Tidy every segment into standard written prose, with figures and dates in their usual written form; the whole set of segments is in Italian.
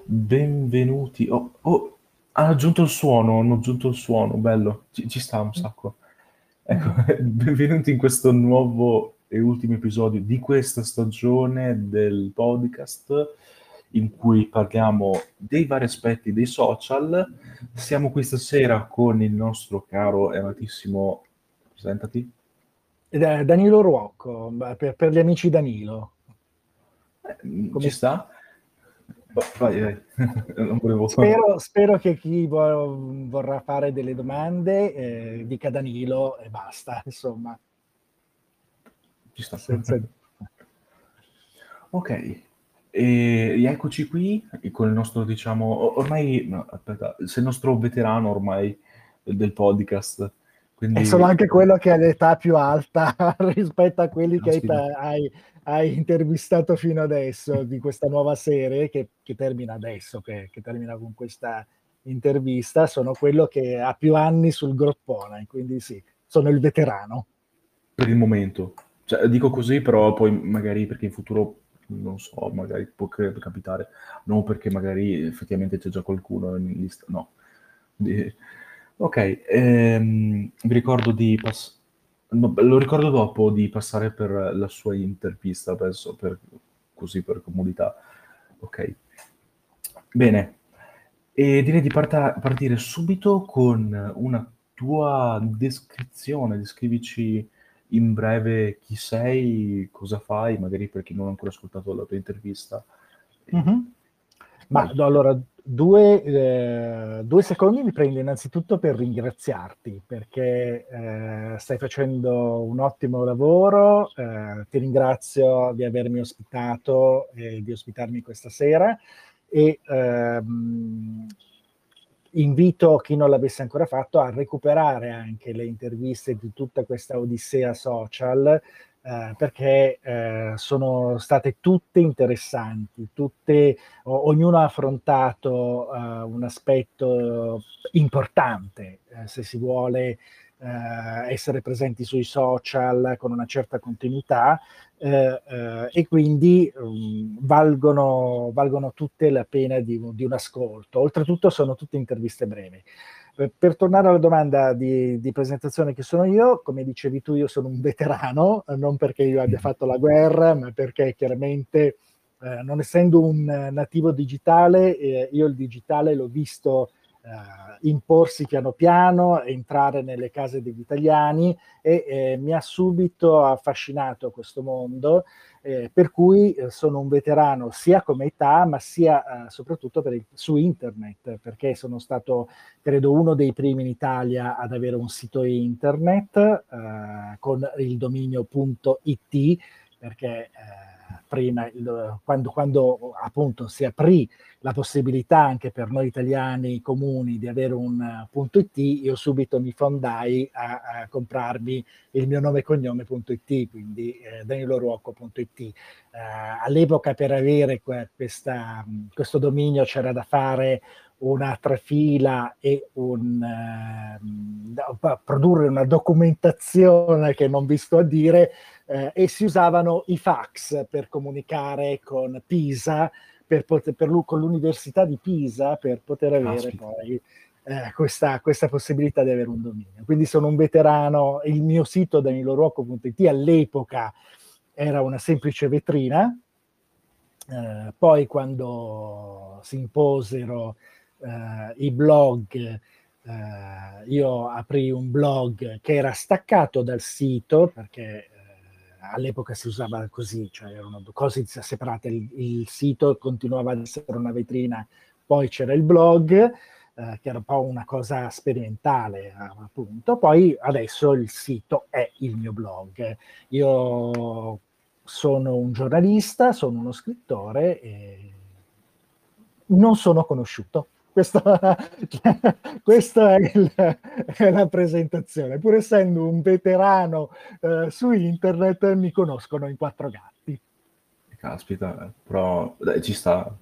Benvenuti. Oh, hanno aggiunto il suono, bello, ci sta un sacco. Ecco, Mhm. benvenuti in questo nuovo e ultimo episodio di questa stagione del podcast in cui parliamo dei vari aspetti dei social. Siamo qui stasera con il nostro caro e amatissimo... Presentati. Danilo Ruocco, per gli amici Danilo. Ci Come- sta? Vai. Non volevo... spero che chi vorrà fare delle domande dica Danilo e basta, insomma. Ci sta. Senza... Ok, e eccoci qui con il nostro, diciamo, ormai, no, aspetta, sei il nostro veterano ormai del podcast, E sono quindi, anche quello che ha l'età più alta rispetto a quelli che caspita, hai intervistato fino adesso di questa nuova serie che termina adesso, che termina con questa intervista. Sono quello che ha più anni sul groppone, quindi sì, sono il veterano. per il momento, cioè, dico così, però poi magari perché in futuro, non so, magari può capitare, non perché magari effettivamente c'è già qualcuno in lista, no. Di- Ok, vi ricordo di no, lo ricordo dopo di passare per la sua intervista, penso, così per comodità. Ok, bene. E direi di partire subito con una tua descrizione. Descrivici in breve chi sei, cosa fai, magari per chi non ha ancora ascoltato la tua intervista. E- Mhm. Ma Vai. no, allora, due secondi mi prendo innanzitutto per ringraziarti perché stai facendo un ottimo lavoro. Ti ringrazio di avermi ospitato e di ospitarmi questa sera e invito chi non l'avesse ancora fatto a recuperare anche le interviste di tutta questa odissea social, perché sono state tutte interessanti, ognuno ha affrontato un aspetto importante, se si vuole essere presenti sui social con una certa continuità, e quindi valgono tutte la pena di un ascolto. Oltretutto sono tutte interviste brevi. Per tornare alla domanda di presentazione che sono io, come dicevi tu, io sono un veterano, non perché io abbia fatto la guerra, ma perché chiaramente, non essendo un nativo digitale, io il digitale l'ho visto imporsi piano piano, entrare nelle case degli italiani e mi ha subito affascinato questo mondo, per cui sono un veterano sia come età, ma sia soprattutto su internet, perché sono stato, credo, uno dei primi in Italia ad avere un sito internet con il dominio .it, perché prima, quando appunto si aprì la possibilità anche per noi italiani comuni di avere un punto .it, io subito mi fondai a comprarmi il mio nome e cognome.it, quindi daniloruocco.it. All'epoca per avere questo dominio c'era da fare una trafila e produrre una documentazione che non vi sto a dire, e si usavano i fax per comunicare con Pisa, con l'Università di Pisa, per poter avere Caspita. poi questa possibilità di avere un dominio. Quindi sono un veterano. Il mio sito daniloruocco.it all'epoca era una semplice vetrina. Poi quando si imposero i blog, io aprì un blog che era staccato dal sito, perché all'epoca si usava così, cioè erano due cose separate. Il sito continuava ad essere una vetrina, poi c'era il blog, che era un po' una cosa sperimentale, appunto. Poi adesso il sito è il mio blog. Io sono un giornalista, sono uno scrittore e non sono conosciuto. Questa è la presentazione. Pur essendo un veterano su internet, mi conoscono in quattro gatti. Caspita, però dai, ci sta.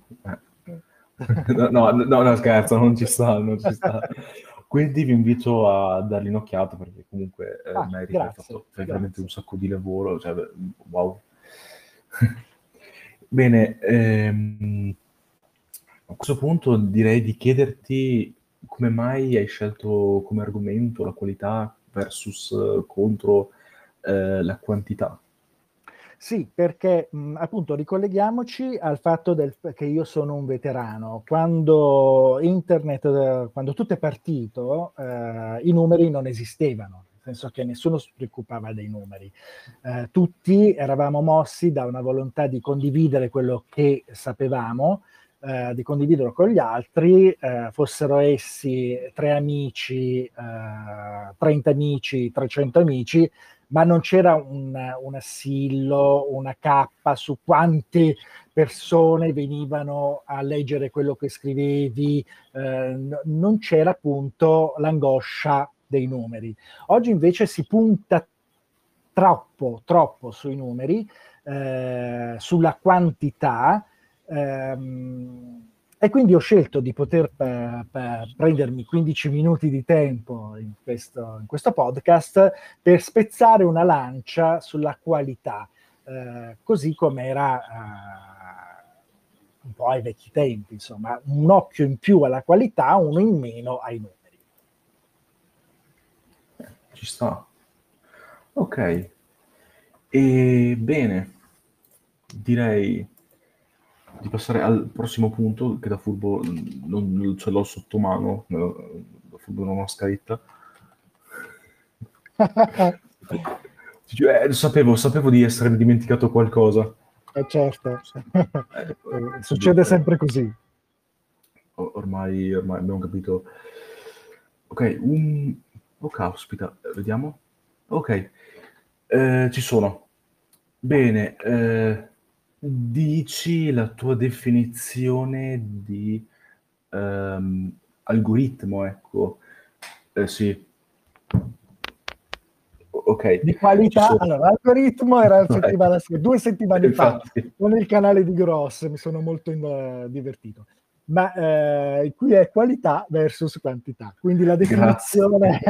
No, scherzo, non ci sta, non ci sta. Quindi vi invito a dargli un'occhiata perché comunque Ah, merita, grazie, fai veramente un grazie. sacco di lavoro, cioè, wow. Bene, questo punto direi di chiederti come mai hai scelto come argomento la qualità versus contro la quantità. Sì, perché appunto ricolleghiamoci al fatto che io sono un veterano. Quando internet, quando tutto è partito, i numeri non esistevano, nel senso che nessuno si preoccupava dei numeri. Tutti eravamo mossi da una volontà di condividere quello che sapevamo, di condividerlo con gli altri, fossero essi 30 amici, 300 amici, ma non c'era un assillo, una cappa su quante persone venivano a leggere quello che scrivevi, non c'era appunto l'angoscia dei numeri. Oggi invece si punta troppo sui numeri, sulla quantità, e quindi ho scelto di poter prendermi 15 minuti di tempo in questo podcast per spezzare una lancia sulla qualità, così come era un po' ai vecchi tempi, insomma, un occhio in più alla qualità, uno in meno ai numeri. Ci sta. Ok. E bene, direi di passare al prossimo punto, che da furbo non ce l'ho sotto mano, da furbo non ho scritta. Sapevo di essermi dimenticato qualcosa. Certo, Oddio, succede sempre così. ormai abbiamo capito. Ok, oh caspita, vediamo. Ok, ci sono. Bene, dici la tua definizione di algoritmo, ecco. Sì. Ok, Di ci qualità. sono. Allora, l'algoritmo era Vai. 2 settimane fa Infatti. con il canale di Gross, mi sono molto divertito. Ma qui è qualità versus quantità, quindi la Grazie. definizione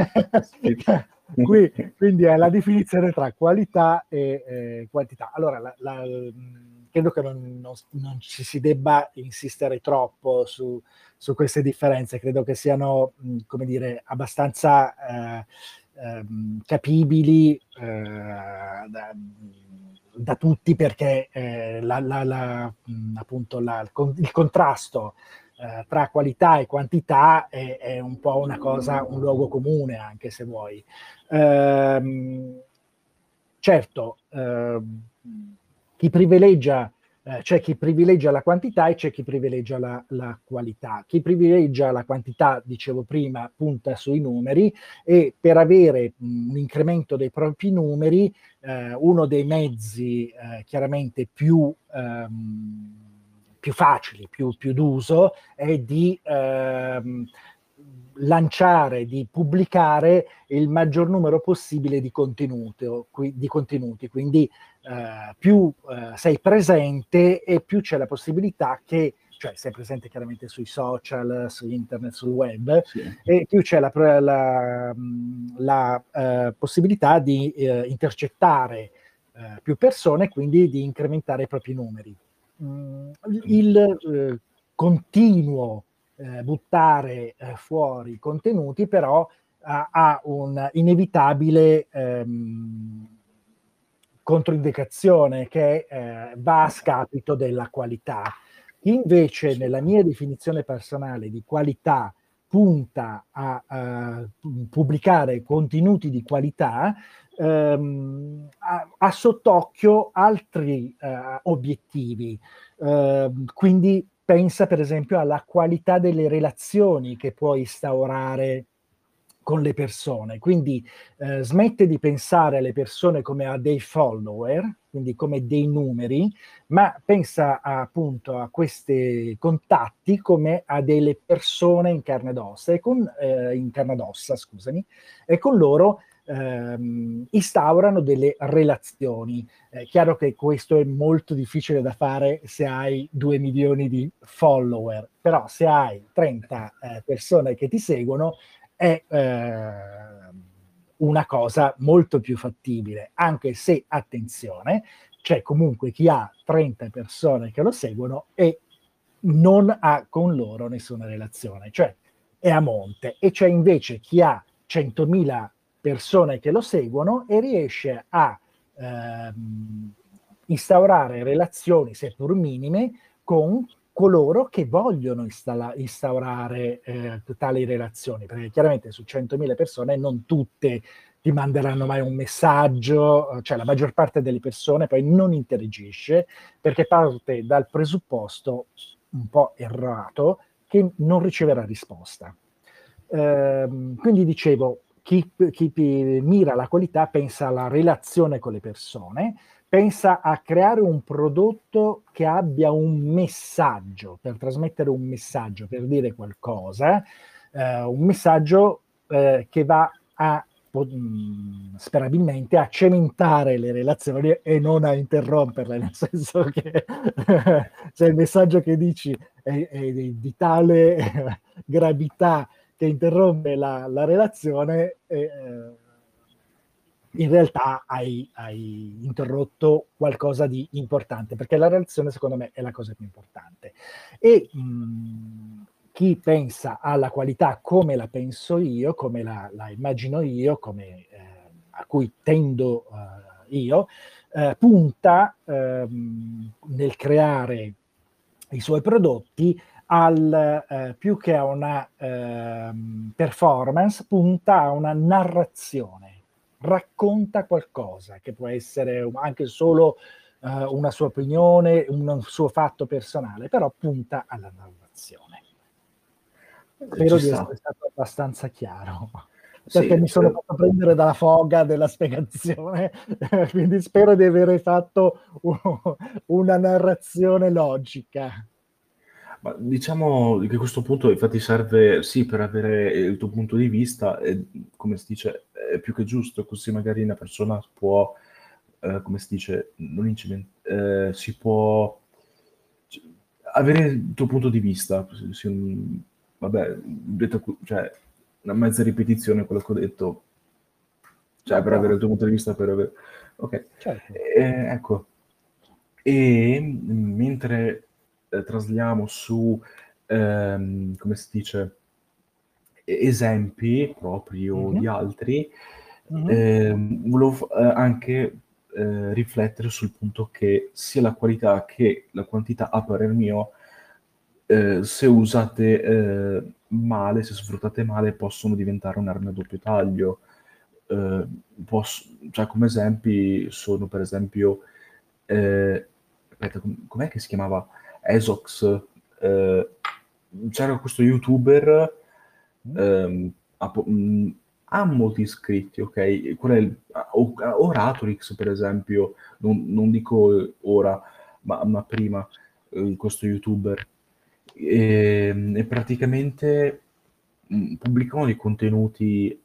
quindi è la definizione tra qualità e quantità. Allora, credo che non ci si debba insistere troppo su queste differenze, credo che siano, come dire, abbastanza capibili da tutti, perché appunto il contrasto tra qualità e quantità è un po' una cosa, un luogo comune, anche se vuoi. Certo, chi privilegia c'è chi privilegia la quantità e c'è chi privilegia la qualità. Chi privilegia la quantità, dicevo prima, punta sui numeri, e per avere un incremento dei propri numeri, uno dei mezzi chiaramente più facili, più d'uso, è di lanciare, di pubblicare il maggior numero possibile di contenuti. Quindi più sei presente e più c'è la possibilità che, cioè sei presente chiaramente sui social, su internet, sul web, Sì. e più c'è la possibilità di intercettare più persone, quindi di incrementare i propri numeri. Il continuo buttare fuori contenuti però ha un inevitabile controindicazione che va a scapito della qualità. Invece, nella mia definizione personale di qualità, punta a pubblicare contenuti di qualità, ha sott'occhio altri obiettivi. Quindi pensa per esempio alla qualità delle relazioni che puoi instaurare con le persone. Quindi smette di pensare alle persone come a dei follower, quindi come dei numeri, ma pensa appunto a questi contatti come a delle persone in carne ed ossa, in carne ed ossa, scusami, e con loro instaurano delle relazioni. È chiaro che questo è molto difficile da fare se hai 2 milioni di follower, però se hai 30 persone che ti seguono è una cosa molto più fattibile, anche se, attenzione, c'è comunque chi ha 30 persone che lo seguono e non ha con loro nessuna relazione, cioè è a monte, e c'è invece chi ha 100.000 persone che lo seguono e riesce a instaurare relazioni, seppur minime, con coloro che vogliono instaurare tali relazioni, perché chiaramente su 100.000 persone non tutte ti manderanno mai un messaggio, cioè la maggior parte delle persone poi non interagisce perché parte dal presupposto un po' errato che non riceverà risposta. Quindi dicevo, chi mira alla qualità pensa alla relazione con le persone, pensa a creare un prodotto che abbia un messaggio, per trasmettere un messaggio, per dire qualcosa, un messaggio che va a sperabilmente a cementare le relazioni e non a interromperle, nel senso che se il messaggio che dici è di tale gravità che interrompe la relazione, in realtà hai interrotto qualcosa di importante, perché la relazione secondo me è la cosa più importante. E chi pensa alla qualità come la penso io, come la immagino io, come, a cui tendo io, punta nel creare i suoi prodotti più che a una performance, punta a una narrazione, racconta qualcosa che può essere anche solo una sua opinione, un suo fatto personale, però punta alla narrazione. Spero Ci di sta. essere stato abbastanza chiaro, perché Sì, mi sono fatto prendere dalla foga della spiegazione, quindi spero di aver fatto una narrazione logica. ma diciamo che questo punto infatti serve sì per avere il tuo punto di vista e come si dice è più che giusto, così magari una persona può, come si dice, non si può avere il tuo punto di vista. Vabbè, detto, cioè, una mezza ripetizione quello che ho detto, cioè No, per avere però, il tuo punto di vista, per avere... Ok. certo. Ecco, e mentre trasliamo su, come si dice, esempi proprio di Mhm, altri, mhm. volevo anche riflettere sul punto che sia la qualità che la quantità, a parer mio, se usate male, se sfruttate male, possono diventare un'arma a doppio taglio. Eh, cioè, come esempi sono per esempio, aspetta, com'è che si chiamava? Esox. eh, C'era questo youtuber, Mm. ehm, ha molti iscritti, ok? Quello è Oratorix, per esempio, non dico ora, ma prima, questo youtuber. E praticamente pubblicano dei contenuti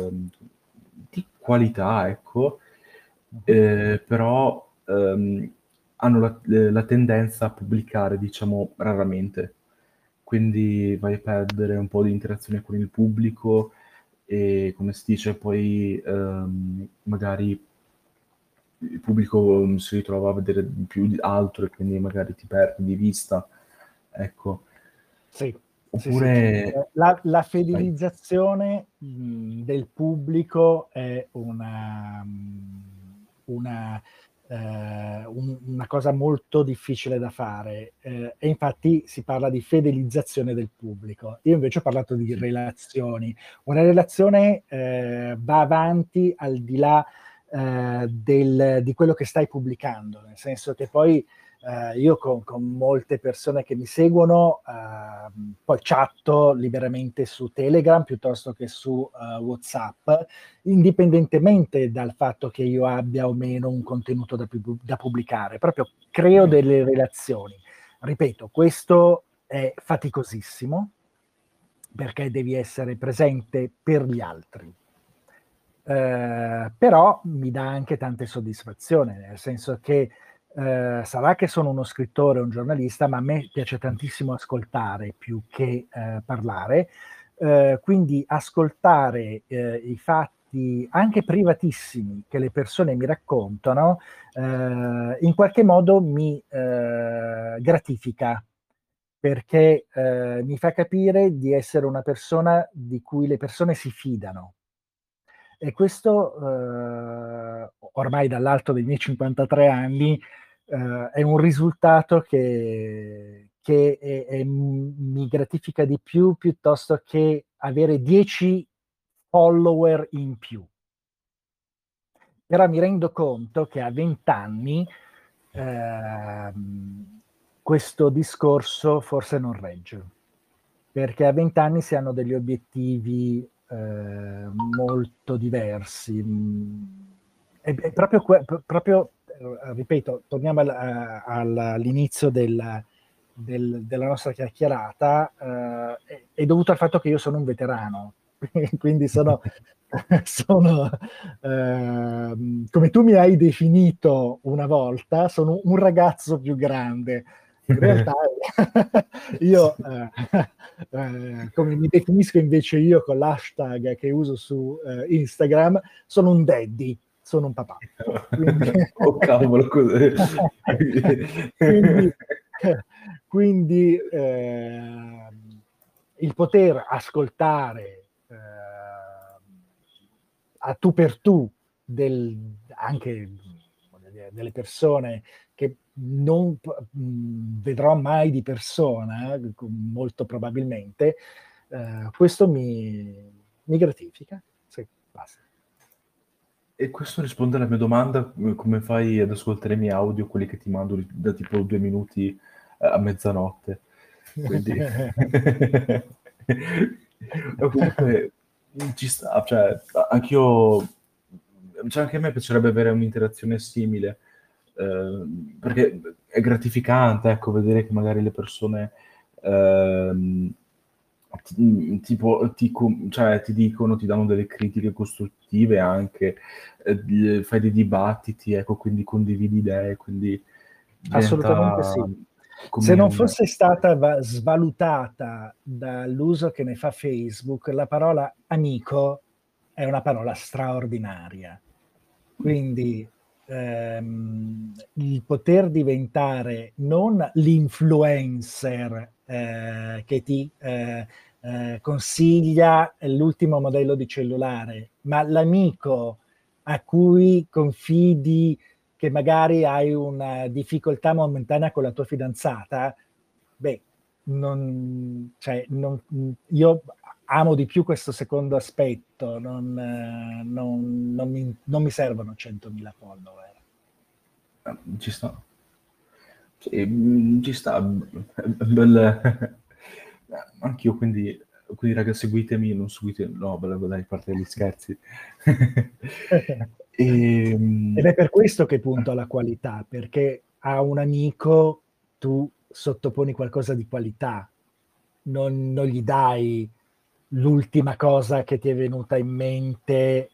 di qualità, ecco, Mhm. però hanno la tendenza a pubblicare, diciamo, raramente. Quindi vai a perdere un po' di interazione con il pubblico e, come si dice, poi magari il pubblico si ritrova a vedere più di altro e quindi magari ti perdi di vista. Ecco. Sì, sì, sì. Oppure... La Vai. fidelizzazione del pubblico è una cosa molto difficile da fare, e infatti si parla di fidelizzazione del pubblico. Io invece ho parlato di Sì. relazioni. Una relazione va avanti al di là di quello che stai pubblicando, nel senso che poi io con molte persone che mi seguono, poi chatto liberamente su Telegram piuttosto che su WhatsApp, indipendentemente dal fatto che io abbia o meno un contenuto da pubblicare, proprio creo delle relazioni. Ripeto, questo è faticosissimo perché devi essere presente per gli altri. Però mi dà anche tante soddisfazioni, nel senso che sarà che sono uno scrittore, un giornalista, ma a me piace tantissimo ascoltare più che parlare. Quindi ascoltare i fatti anche privatissimi che le persone mi raccontano, in qualche modo mi gratifica, perché mi fa capire di essere una persona di cui le persone si fidano. E questo, ormai dall'alto dei miei 53 anni, è un risultato che mi gratifica di più piuttosto che avere 10 follower in più. Però mi rendo conto che a 20 anni questo discorso forse non regge, perché a 20 anni si hanno degli obiettivi molto diversi. È proprio, ripeto, torniamo all'inizio della nostra chiacchierata, è dovuto al fatto che io sono un veterano, quindi sono, sono come tu mi hai definito una volta, sono un ragazzo più grande. In realtà io, come mi definisco invece io con l'hashtag che uso su Instagram, sono un daddy, sono un papà. Quindi, Oh cavolo, cos'è? quindi, quindi il poter ascoltare a tu per tu anche delle persone che non vedrò mai di persona, molto probabilmente, questo mi gratifica. Sì, basta. E questo risponde alla mia domanda, come fai ad ascoltare i miei audio, quelli che ti mando da tipo 2 minuti a mezzanotte? Quindi... Ma comunque ci sta, cioè, anch'io, cioè anche a me piacerebbe avere un'interazione simile, perché è gratificante, ecco, vedere che magari le persone tipo cioè, ti dicono, ti danno delle critiche costruttive anche, fai dei dibattiti, ecco, quindi condividi idee, quindi Assolutamente diventa sì. Se come non un... fosse stata svalutata dall'uso che ne fa Facebook, la parola amico è una parola straordinaria. Quindi il poter diventare non l'influencer che ti consiglia l'ultimo modello di cellulare, ma l'amico a cui confidi che magari hai una difficoltà momentanea con la tua fidanzata, beh, io amo di più questo secondo aspetto, non mi servono 100.000 follower. Ci sta. Sì, ci sta. Anch'io, quindi raga, seguitemi, non seguite... No, dai, parte degli scherzi. E, Ed è per questo che punto alla qualità, perché a un amico tu sottoponi qualcosa di qualità, non gli dai l'ultima cosa che ti è venuta in mente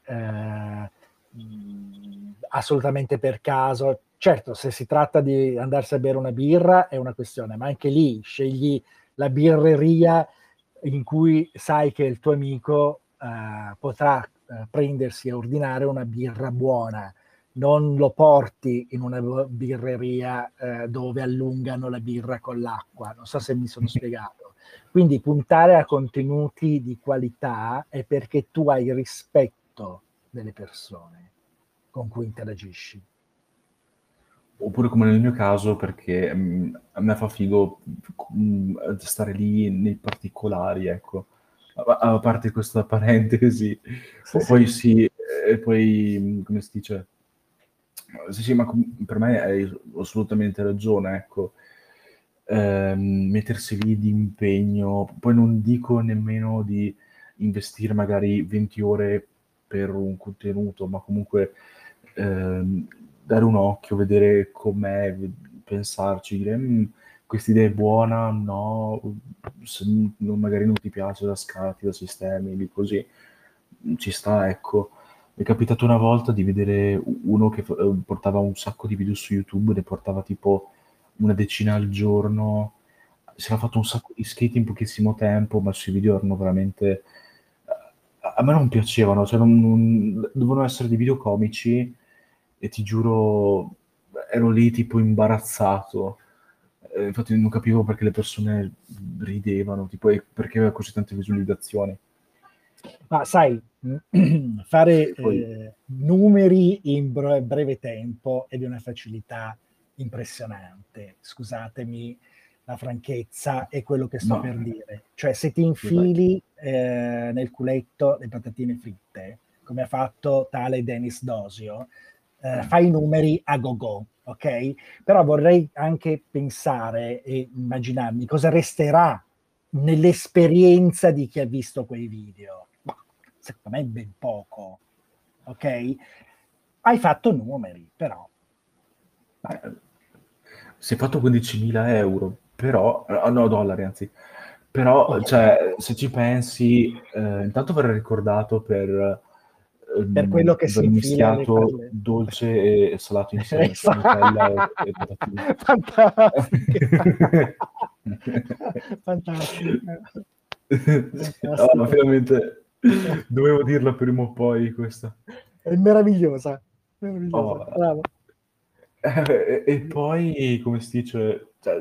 assolutamente per caso. Certo, se si tratta di andarsi a bere una birra è una questione, ma anche lì scegli la birreria in cui sai che il tuo amico potrà prendersi e ordinare una birra buona. Non lo porti in una birreria dove allungano la birra con l'acqua. Non so se mi sono spiegato. Quindi puntare a contenuti di qualità è perché tu hai rispetto delle persone con cui interagisci. Oppure come nel mio caso, perché a me fa figo stare lì nei particolari, ecco. A parte questa parentesi, Sì, poi sì. sì, e poi, come si dice? Sì, sì, ma per me hai assolutamente ragione, ecco. Mettersi lì di impegno, poi non dico nemmeno di investire magari 20 ore per un contenuto, ma comunque dare un occhio, vedere com'è, pensarci, dire questa idea è buona, no, se magari non ti piace la scatti, la sistemi, lì così, ci sta, ecco. Mi è capitato una volta di vedere uno che portava un sacco di video su YouTube, ne portava tipo una decina al giorno, si era fatto un sacco di skate in pochissimo tempo, ma sui video erano veramente... A me non piacevano, cioè dovevano essere dei video comici e ti giuro ero lì tipo imbarazzato. infatti non capivo perché le persone ridevano, tipo, e perché aveva così tante visualizzazioni. Ma sai, fare Poi, numeri in breve tempo è di una facilità impressionante. Scusatemi la franchezza e quello che sto no, per dire. Cioè, se ti sì, vai. infili nel culetto le patatine fritte, come ha fatto tale Dennis Dosio, fai i numeri a go-go, ok? Però vorrei anche pensare e immaginarmi cosa resterà nell'esperienza di chi ha visto quei video. Ma secondo me ben poco, ok? Hai fatto numeri, però. Eh, si è fatto 15.000 euro, però, no, dollari anzi, però, Ok, cioè, se ci pensi, intanto verrà ricordato per per quello che si aver infila le mischiato parole. dolce e salato insieme, cioè Nutella e patatine. Fantastiche. Fantastiche. No, ma Fantastiche. finalmente dovevo dirla prima o poi questa. È meravigliosa. Meravigliosa. Oh, Bravo. e poi, come si dice, cioè,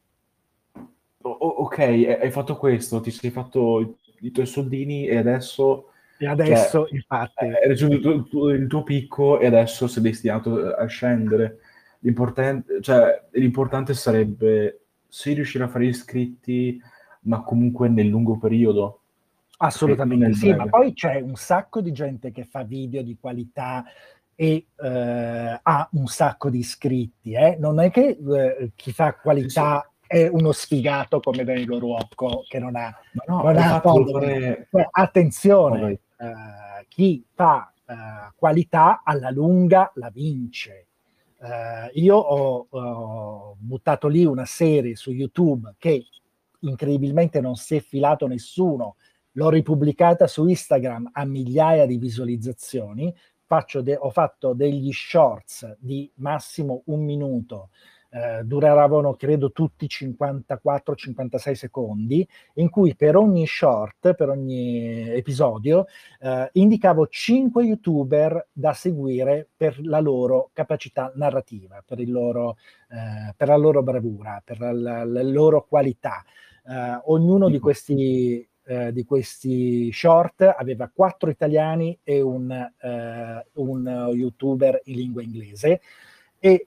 ok, hai fatto questo, ti sei fatto i tuoi soldini e adesso, E cioè, adesso, infatti, hai raggiunto il tuo picco e adesso sei destinato a scendere. L'importante sarebbe sì riuscire a fare iscritti, ma comunque nel lungo periodo, ok? Non assolutamente nel sì, ma breve. poi c'è un sacco di gente che fa video di qualità e ha un sacco di iscritti. Non è che chi fa Sì, sì. qualità è uno sfigato come Danilo Ruocco che Ma no, non ha infatti volevo follower. fare... No, Attenzione, vai. chi fa qualità alla lunga la vince. Io ho buttato lì una serie su YouTube che incredibilmente non si è filato nessuno, l'ho ripubblicata su Instagram a migliaia di visualizzazioni, ho fatto degli shorts di massimo un minuto, duravano credo tutti 54-56 secondi, in cui per ogni short, per ogni episodio, indicavo 5 youtuber da seguire per la loro capacità narrativa, per la loro bravura, per la loro qualità. Ognuno di questi short aveva 4 italiani e un youtuber in lingua inglese e,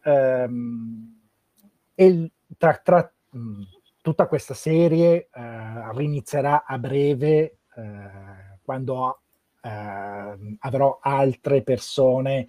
tutta questa serie rinizierà a breve quando avrò altre persone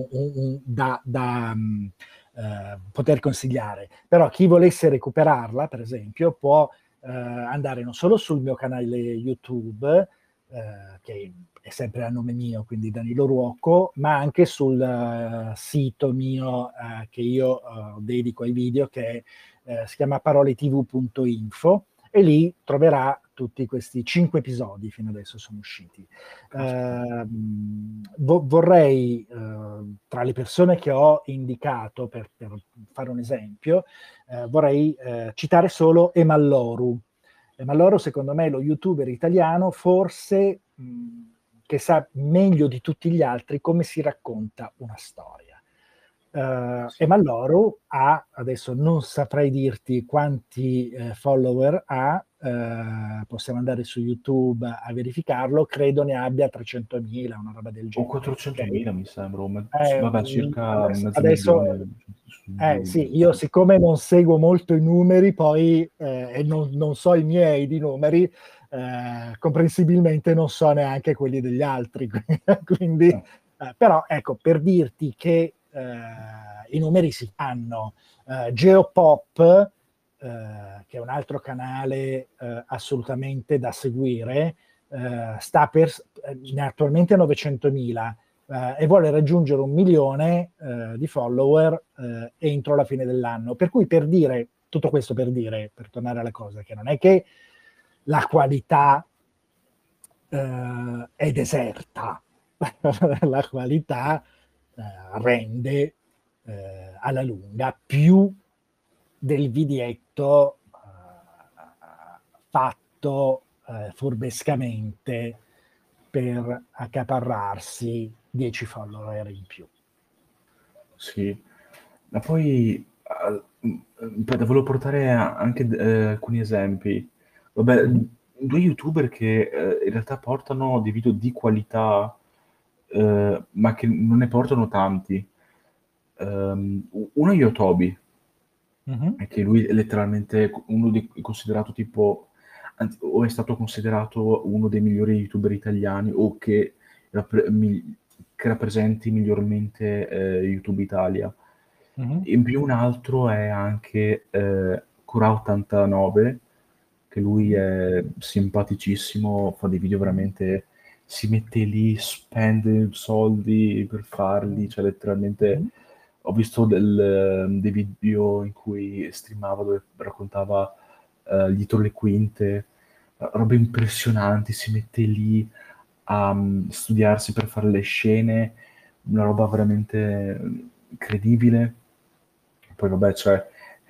da poter consigliare. Però chi volesse recuperarla, per esempio, può andare non solo sul mio canale YouTube, che è sempre a nome mio, quindi Danilo Ruocco, ma anche sul sito mio che io dedico ai video, che si chiama paroletv.info, e lì troverà tutti questi 5 episodi fino adesso sono usciti. Caspita. Vorrei, tra le persone che ho indicato, per fare un esempio, vorrei citare solo Emalloru. Emalloru, secondo me, è lo youtuber italiano forse che sa meglio di tutti gli altri come si racconta una storia. Sì. Emalloru ha, adesso non saprei dirti quanti follower ha, possiamo andare su YouTube a verificarlo, credo ne abbia 300.000, una roba del O genere. Ok? 400.000 mi sembra, vabbè, circa Adesso, mezzo milione sì, io siccome non seguo molto i numeri, poi e non so i miei di numeri, comprensibilmente non so neanche quelli degli altri. Quindi, però ecco, per dirti che i numeri si fanno. Geopop, che è un altro canale assolutamente da seguire, ne ha attualmente 900.000 e vuole raggiungere 1 milione di follower entro la fine dell'anno. Per cui per dire, tutto questo per dire, per tornare alla cosa, che non è che la qualità è deserta, la qualità rende alla lunga più del videetto fatto furbescamente per accaparrarsi 10 follower in più. Sì, ma poi Aspetta, volevo portare anche alcuni esempi. Vabbè, Mhm. due YouTuber che in realtà portano dei video di qualità, ma che non ne portano tanti. Uno è Yotobi, Mhm. è che lui è letteralmente considerato tipo, o è stato considerato uno dei migliori YouTuber italiani, o che rappresenti migliormente YouTube Italia. Mhm. In più un altro è anche Cura89, che lui Mhm. è simpaticissimo, fa dei video Mhm. veramente, si mette lì, spende soldi per farli, cioè letteralmente Mhm. ho visto dei video in cui streamava dove raccontava dietro le quinte, robe impressionanti, si mette lì a studiarsi per fare le scene, una roba veramente credibile. Poi vabbè c'è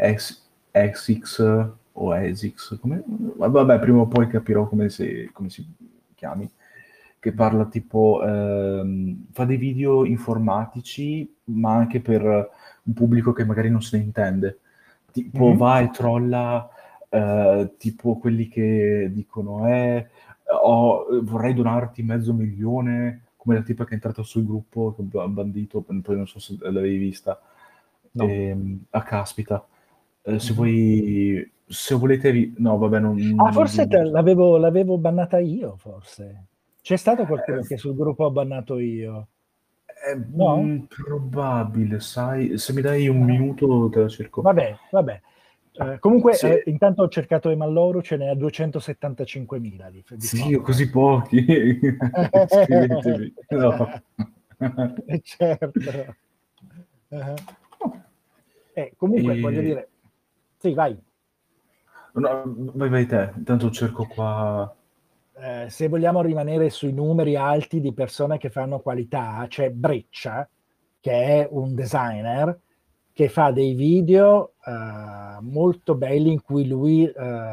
XX o ESIX, vabbè prima o poi capirò come si chiami, che parla tipo, fa dei video informatici, ma anche per un pubblico che magari non se ne intende. Tipo Mhm. va e trolla, tipo quelli che dicono, vorrei donarti 500.000, come la tipa che è entrata sul gruppo, che ha bandito, poi non so se l'avevi vista. No. Caspita. Se Mhm. vuoi, se volete, no, vabbè, Ah, non forse aggiungo. l'avevo bannata io, forse. C'è stato qualcuno Eh, che sul gruppo ho bannato io, È no? probabile, sai? Se mi dai un Ah, minuto te la cerco. vabbè, vabbè. Comunque, Se, intanto ho cercato Emaloro, ce n'è a 275.000 di sì, ho follower. così pochi. Iscrivetevi. No. Certo. Eh, comunque, voglio E... dire, sì, vai. No, vai, vai te. Intanto cerco qua. Se vogliamo rimanere sui numeri alti di persone che fanno qualità, c'è Breccia, che è un designer, che fa dei video molto belli in cui lui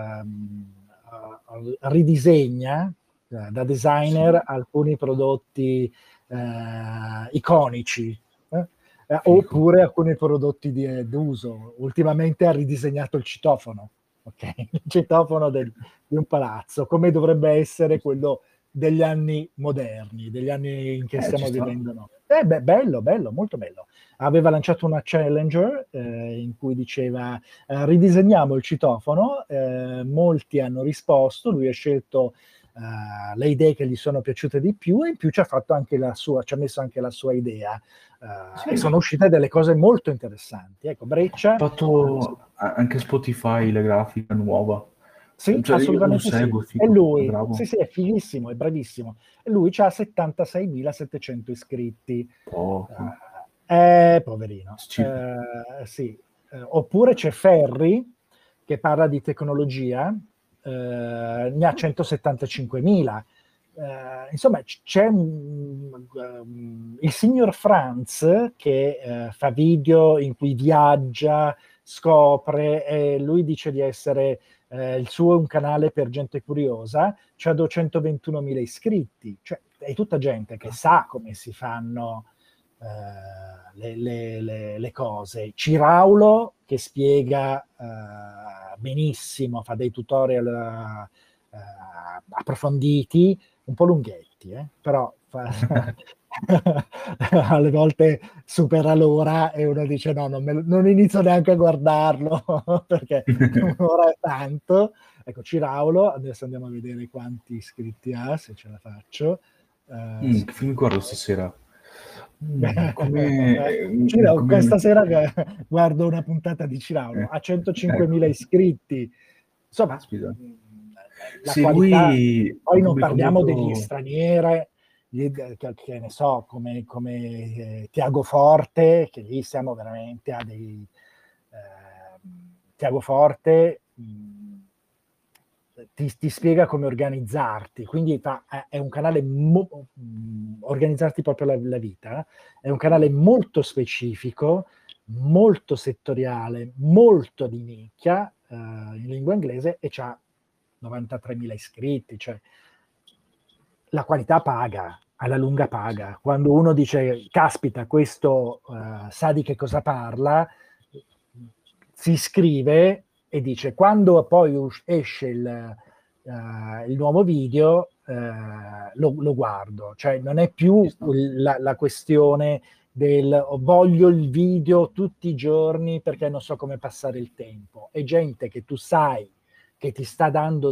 ridisegna da designer Sì, alcuni prodotti iconici, figo. oppure alcuni prodotti d'uso. Ultimamente ha ridisegnato il citofono, ok? Il citofono di un palazzo, come dovrebbe essere quello degli anni moderni, degli anni in che Ci stiamo sta. vivendo noi. Beh, bello, bello, molto bello. Aveva lanciato una Challenger in cui diceva ridisegniamo il citofono, molti hanno risposto, lui ha scelto le idee che gli sono piaciute di più e in più ci ha fatto anche la sua, ci ha messo anche la sua idea e Sì. sono uscite delle cose molto interessanti. Ecco, Ha Breccia, fatto anche Spotify, la grafica nuova. sì, Cioè, io lo assolutamente sì. seguo, è È figo, è lui, sì, bravo. sì, è fighissimo, è bravissimo. E lui ha 76.700 iscritti. Poco. Poverino. Ci- Sì. Oppure c'è Ferri, che parla di tecnologia, ne ha 175.000. Insomma, c'è il signor Franz che fa video in cui viaggia, scopre, e lui dice di essere il suo è un canale per gente curiosa, c'ha 221.000 iscritti, cioè è tutta gente che sa come si fanno le cose. Ciraulo che spiega benissimo, fa dei tutorial approfonditi, un po' lunghetti, però alle volte supera l'ora e uno dice no, non inizio neanche a guardarlo perché un'ora è tanto. Ecco, Ciraulo, adesso andiamo a vedere quanti iscritti ha, se ce la faccio. Che film guardo stasera? Questa Come... sera guardo una puntata di Ciraulo, ha 105.000 Ecco. iscritti. Insomma, Caspita. la Sì, qualità, lui poi non pubblica parliamo degli molto... stranieri, che ne so, come Tiago Forte, che lì siamo veramente a dei... Tiago Forte ti spiega come organizzarti, quindi è un canale, organizzarti proprio la vita, è un canale molto specifico, molto settoriale, molto di nicchia in lingua inglese e c'ha 93.000 iscritti, cioè la qualità paga, alla lunga paga. Quando uno dice, caspita, questo sa di che cosa parla, si iscrive e dice quando poi esce il nuovo video lo guardo, cioè non è più la questione del voglio il video tutti i giorni perché non so come passare il tempo, è gente che tu sai che ti sta dando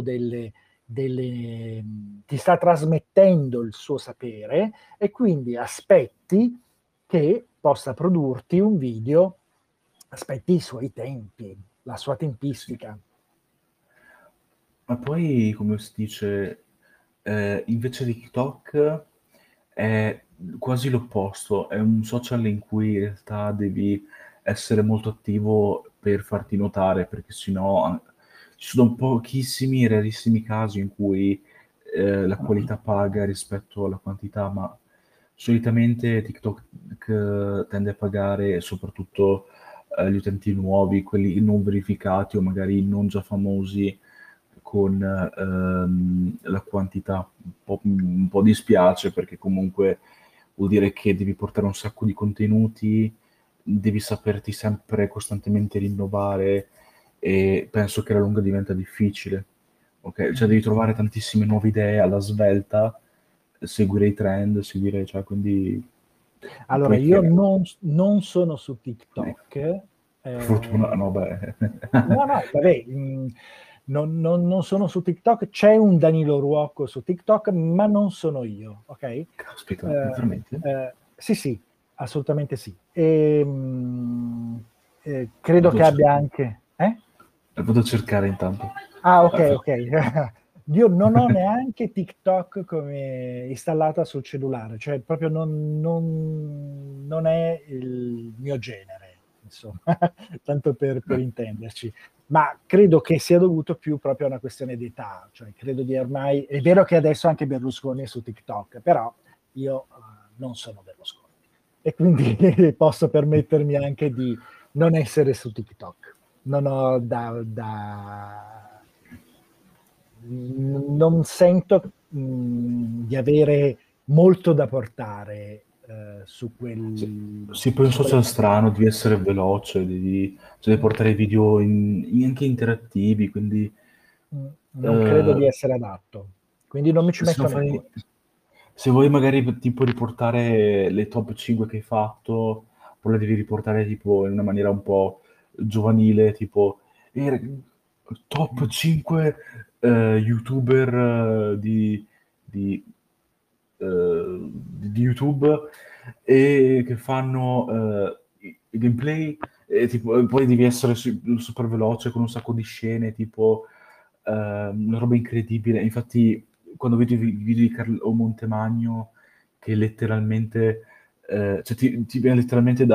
ti sta trasmettendo il suo sapere e quindi aspetti che possa produrti un video, aspetti i suoi tempi, la sua Sì. tempistica. Ma poi, come si dice, invece di TikTok è quasi l'opposto, è un social in cui in realtà devi essere molto attivo per farti notare, perché sennò ci sono pochissimi, rarissimi casi in cui la qualità paga rispetto alla quantità, ma solitamente TikTok tende a pagare soprattutto gli utenti nuovi, quelli non verificati o magari non già famosi con la quantità. Un po' dispiace perché comunque vuol dire che devi portare un sacco di contenuti, devi saperti sempre costantemente rinnovare e penso che alla lunga diventa difficile. Ok? Cioè devi trovare tantissime nuove idee alla svelta, seguire i trend, cioè quindi Allora, poi io che non sono su TikTok. per fortuna no, beh. No, no, vabbè, non sono su TikTok, c'è un Danilo Ruocco su TikTok, ma non sono io, ok? Caspita, veramente? Sì, sì, assolutamente sì. Credo Vado a che abbia cercare, anche... vado a cercare intanto. Ah, ok, ok. Io non ho neanche TikTok come installata sul cellulare, cioè proprio non è il mio genere, insomma, tanto per intenderci. Ma credo che sia dovuto più proprio a una questione di età, cioè credo di ormai... È vero che adesso anche Berlusconi è su TikTok, però io non sono Berlusconi e quindi posso permettermi anche di non essere su TikTok. Non ho non sento di avere molto da portare su Sì, poi un su quella social strano, piattaforma. devi essere veloce, cioè devi portare video anche interattivi, quindi Non credo di eh, essere adatto, quindi non mi ci se metto non neppure. se vuoi magari tipo riportare le top 5 che hai fatto, poi le devi riportare tipo in una maniera un po' giovanile, tipo top 5 YouTuber di, di YouTube e che fanno i gameplay e tipo, e poi devi essere super veloce con un sacco di scene, tipo una roba incredibile. Infatti, quando vedo i video di Carlo Montemagno, che letteralmente, cioè ti viene letteralmente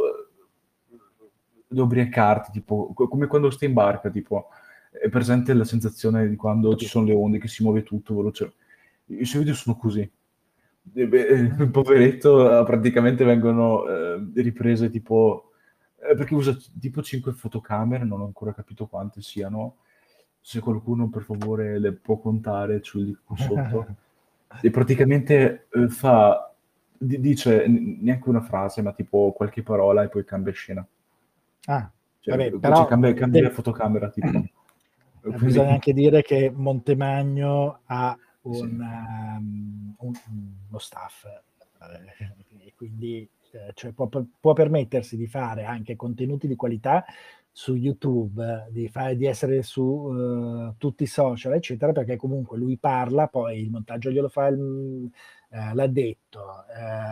da ubriacarti, tipo, come quando stai in barca, tipo, è presente la sensazione di quando ci Capito? sono le onde, che si muove tutto veloce. I suoi video sono così. Il poveretto praticamente vengono riprese tipo perché usa tipo 5 fotocamere, non ho ancora capito quante siano. Se qualcuno per favore le può contare qui sotto. E praticamente dice neanche una frase, ma tipo qualche parola e poi cambia scena. Ah, vabbè, Cioè però cambia fotocamera, tipo. bisogna Quindi, anche dire che Montemagno ha sì. uno staff e quindi cioè può permettersi di fare anche contenuti di qualità su YouTube, di essere su tutti i social, eccetera, perché comunque lui parla, poi il montaggio glielo fa l'addetto,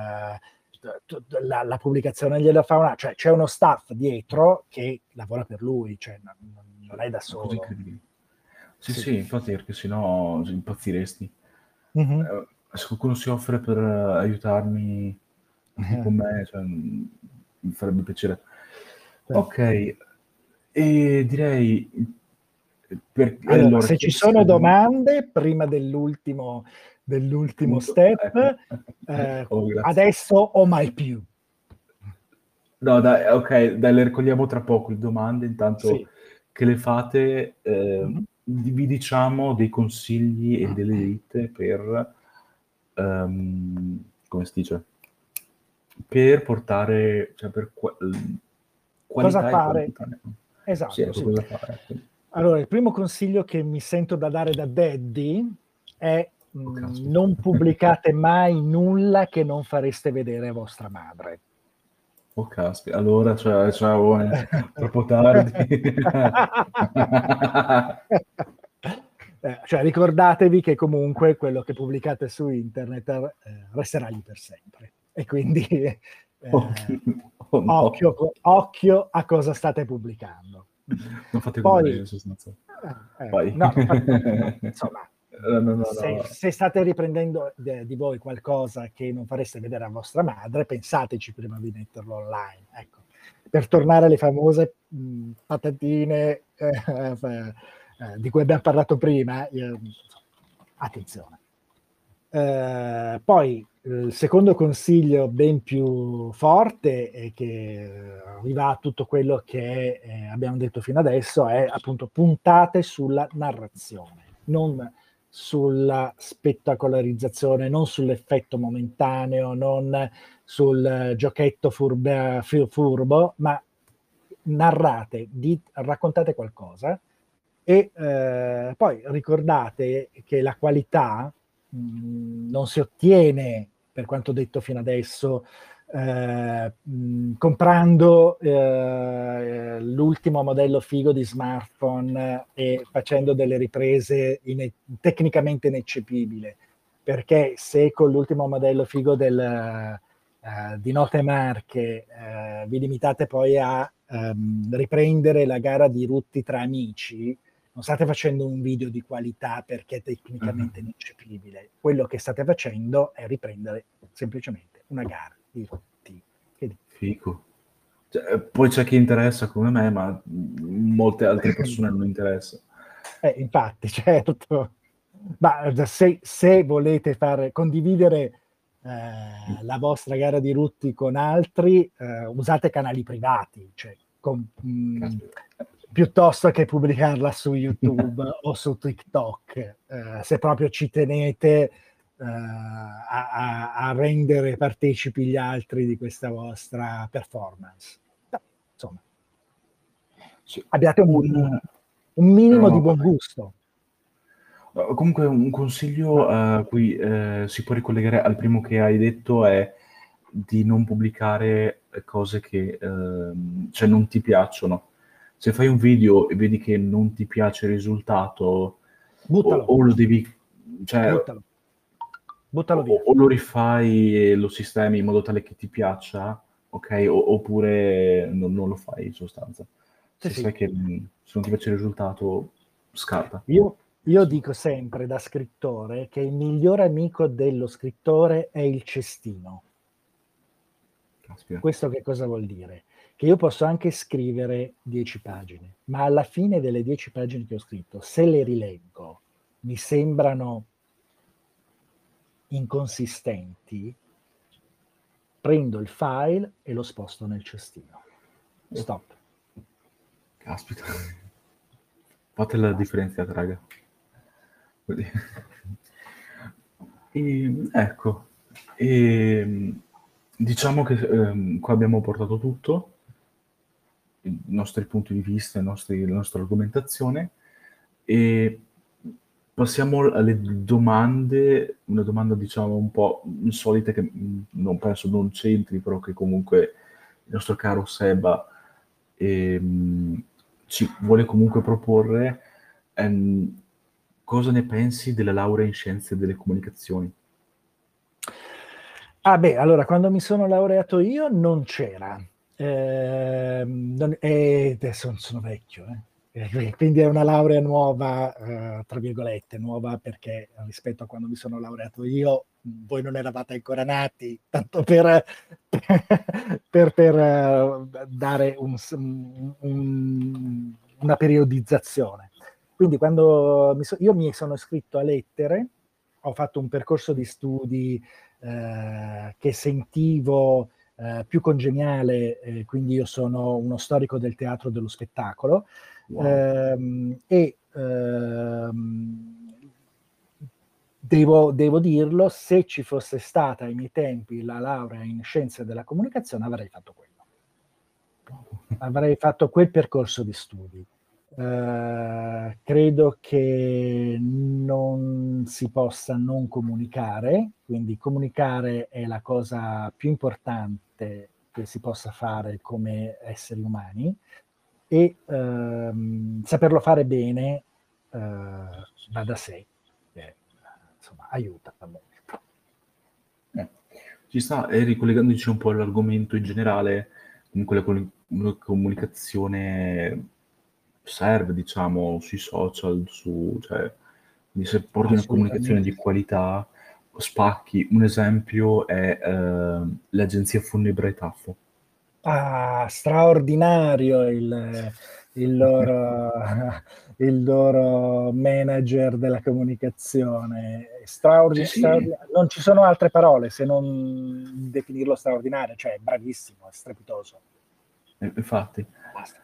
la pubblicazione gliela fa cioè c'è uno staff dietro che lavora per lui, cioè non è da Una cosa solo. incredibile. Sì, Sì. sì, infatti, perché sennò impazziresti. Mhm. Se qualcuno si offre per aiutarmi, tipo me, cioè, mi farebbe piacere. Certo. Ok, e direi, Allora, allora, se ci sono domande prima dell'ultimo punto, ecco. step, Oh, grazie. adesso o mai più. No, dai, ok, dai, le raccogliamo tra poco le domande, intanto Sì. che le fate, Mhm. vi diciamo dei consigli e delle dritte per, come si dice, per portare, cioè per Cosa qualità e fare? quantità. Sì, Esatto, ecco sì. cosa fare. Quindi. Allora, il primo consiglio che mi sento da dare da daddy è Oh, caspita. non pubblicate mai nulla che non fareste vedere a vostra madre. Oh, caspita. Allora, ciao, troppo tardi. Cioè, ricordatevi che comunque quello che pubblicate su internet resterà lì per sempre. E quindi Oh, oh no. occhio a cosa state pubblicando. Non fate come me, Poi, in sostanza. ecco, Vai. no, infatti, no, insomma, No, no, no, no. se state riprendendo di voi qualcosa che non fareste vedere a vostra madre, pensateci prima di metterlo online. Ecco. Per tornare alle famose patatine di cui abbiamo parlato prima, attenzione. Poi il secondo consiglio ben più forte e che arriva a tutto quello che abbiamo detto fino adesso è appunto puntate sulla narrazione, non sulla spettacolarizzazione, non sull'effetto momentaneo, non sul giochetto furbo, ma narrate, raccontate qualcosa e poi ricordate che la qualità non si ottiene, per quanto detto fino adesso, comprando l'ultimo modello figo di smartphone e facendo delle riprese tecnicamente ineccepibili, perché se con l'ultimo modello figo di Note Marche vi limitate poi a riprendere la gara di Rutti tra amici, non state facendo un video di qualità perché è tecnicamente ineccepibile. Quello che state facendo è riprendere semplicemente una gara di Rutti. Fico. Cioè, poi c'è chi interessa come me, ma molte altre persone non interessa. Infatti, certo. Ma se volete condividere la vostra gara di Rutti con altri, usate canali privati, cioè piuttosto che pubblicarla su YouTube o su TikTok, se proprio ci tenete a rendere partecipi gli altri di questa vostra performance. No, insomma, Sì. abbiate un minimo di No, buon gusto. comunque un consiglio a cui si può ricollegare al primo che hai detto è di non pubblicare cose che cioè non ti piacciono. Se fai un video e vedi che non ti piace il risultato, Buttalo, o lo devi, cioè, buttalo via. o lo rifai e lo sistemi in modo tale che ti piaccia, ok? Oppure non lo fai in sostanza. Sì, Se sì. sai che se non ti piace il risultato, scarta. Io dico sempre da scrittore che il migliore amico dello scrittore è il cestino. Caspita. Questo che cosa vuol dire? Che io posso anche scrivere 10 pagine, ma alla fine delle 10 pagine che ho scritto, se le rileggo, mi sembrano inconsistenti, prendo il file e lo sposto nel cestino. Stop. Caspita. Fate la differenziata, raga. Ecco, diciamo che qua abbiamo portato tutto, i nostri punti di vista, la nostra argomentazione, e passiamo alle domande, una domanda diciamo un po' insolita che non penso non c'entri, però che comunque il nostro caro Seba ci vuole comunque proporre. Cosa ne pensi della laurea in scienze delle comunicazioni? Ah beh, allora, quando mi sono laureato io non c'era. Adesso sono vecchio, quindi è una laurea nuova, tra virgolette, nuova perché rispetto a quando mi sono laureato io, voi non eravate ancora nati, tanto per dare una periodizzazione. Quindi quando io mi sono iscritto a lettere, ho fatto un percorso di studi che sentivo più congeniale, quindi io sono uno storico del teatro e dello spettacolo, Wow. e devo dirlo, se ci fosse stata ai miei tempi la laurea in scienze della comunicazione avrei fatto quello. avrei fatto quel percorso di studi. Credo che non si possa non comunicare, quindi comunicare è la cosa più importante che si possa fare come esseri umani e saperlo fare bene va da sé, insomma, aiuta molto. Eh, Ci sta, e ricollegandoci un po' all'argomento in generale, comunque la comunicazione serve, diciamo, sui social, cioè, quindi se porti una comunicazione Assolutamente di sì. qualità, spacchi. Un esempio è l'agenzia Funebra Taffo. Ah, straordinario il loro, il loro manager della comunicazione. Sì, sì, Non ci sono altre parole se non definirlo straordinario, cioè bravissimo, è strepitoso. infatti. Basta.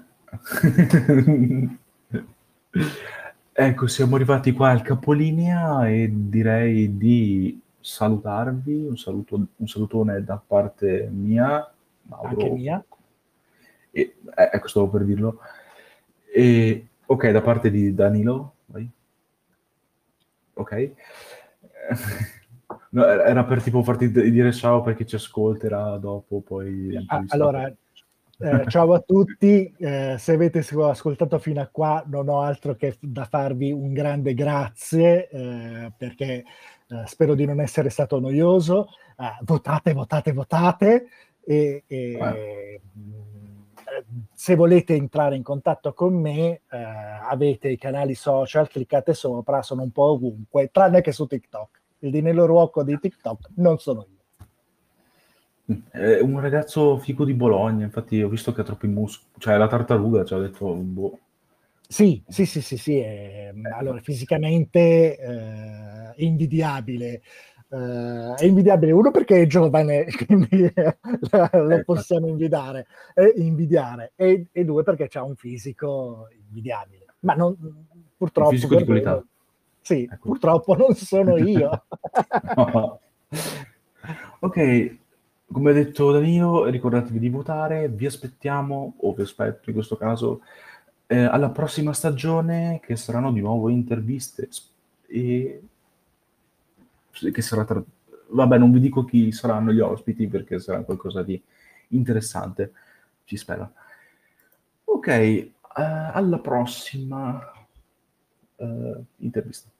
Ecco, siamo arrivati qua al capolinea e direi di salutarvi. Un salutone da parte mia, Anche Mauro. mia? Ecco, stavo per dirlo. E, ok, da parte di Danilo, vai. Ok. No, era per tipo farti dire ciao perché ci ascolterà dopo, poi intervistato. Allora, ciao a tutti, se avete ascoltato fino a qua non ho altro che da farvi un grande grazie perché spero di non essere stato noioso. Votate, votate, votate Eh, se volete entrare in contatto con me avete i canali social, cliccate sopra, sono un po' ovunque, tranne che su TikTok. Il dinello ruoco di TikTok non sono io. È un ragazzo figo di Bologna, infatti ho visto che ha troppi muscoli, cioè la tartaruga, cioè ho detto, boh. Sì, sì, sì, sì, sì. Allora, fisicamente è invidiabile. È invidiabile uno perché è giovane, quindi lo Infatti, possiamo invidiare, e due perché ha un fisico invidiabile. Ma non, un purtroppo fisico di per lui, qualità, sì, ecco. purtroppo non sono io. No. Ok, come ha detto Danilo, ricordatevi di votare, vi aspettiamo, o vi aspetto in questo caso, alla prossima stagione che saranno di nuovo interviste e che sarà vabbè, non vi dico chi saranno gli ospiti perché sarà qualcosa di interessante, si spera. Ok, alla prossima intervista.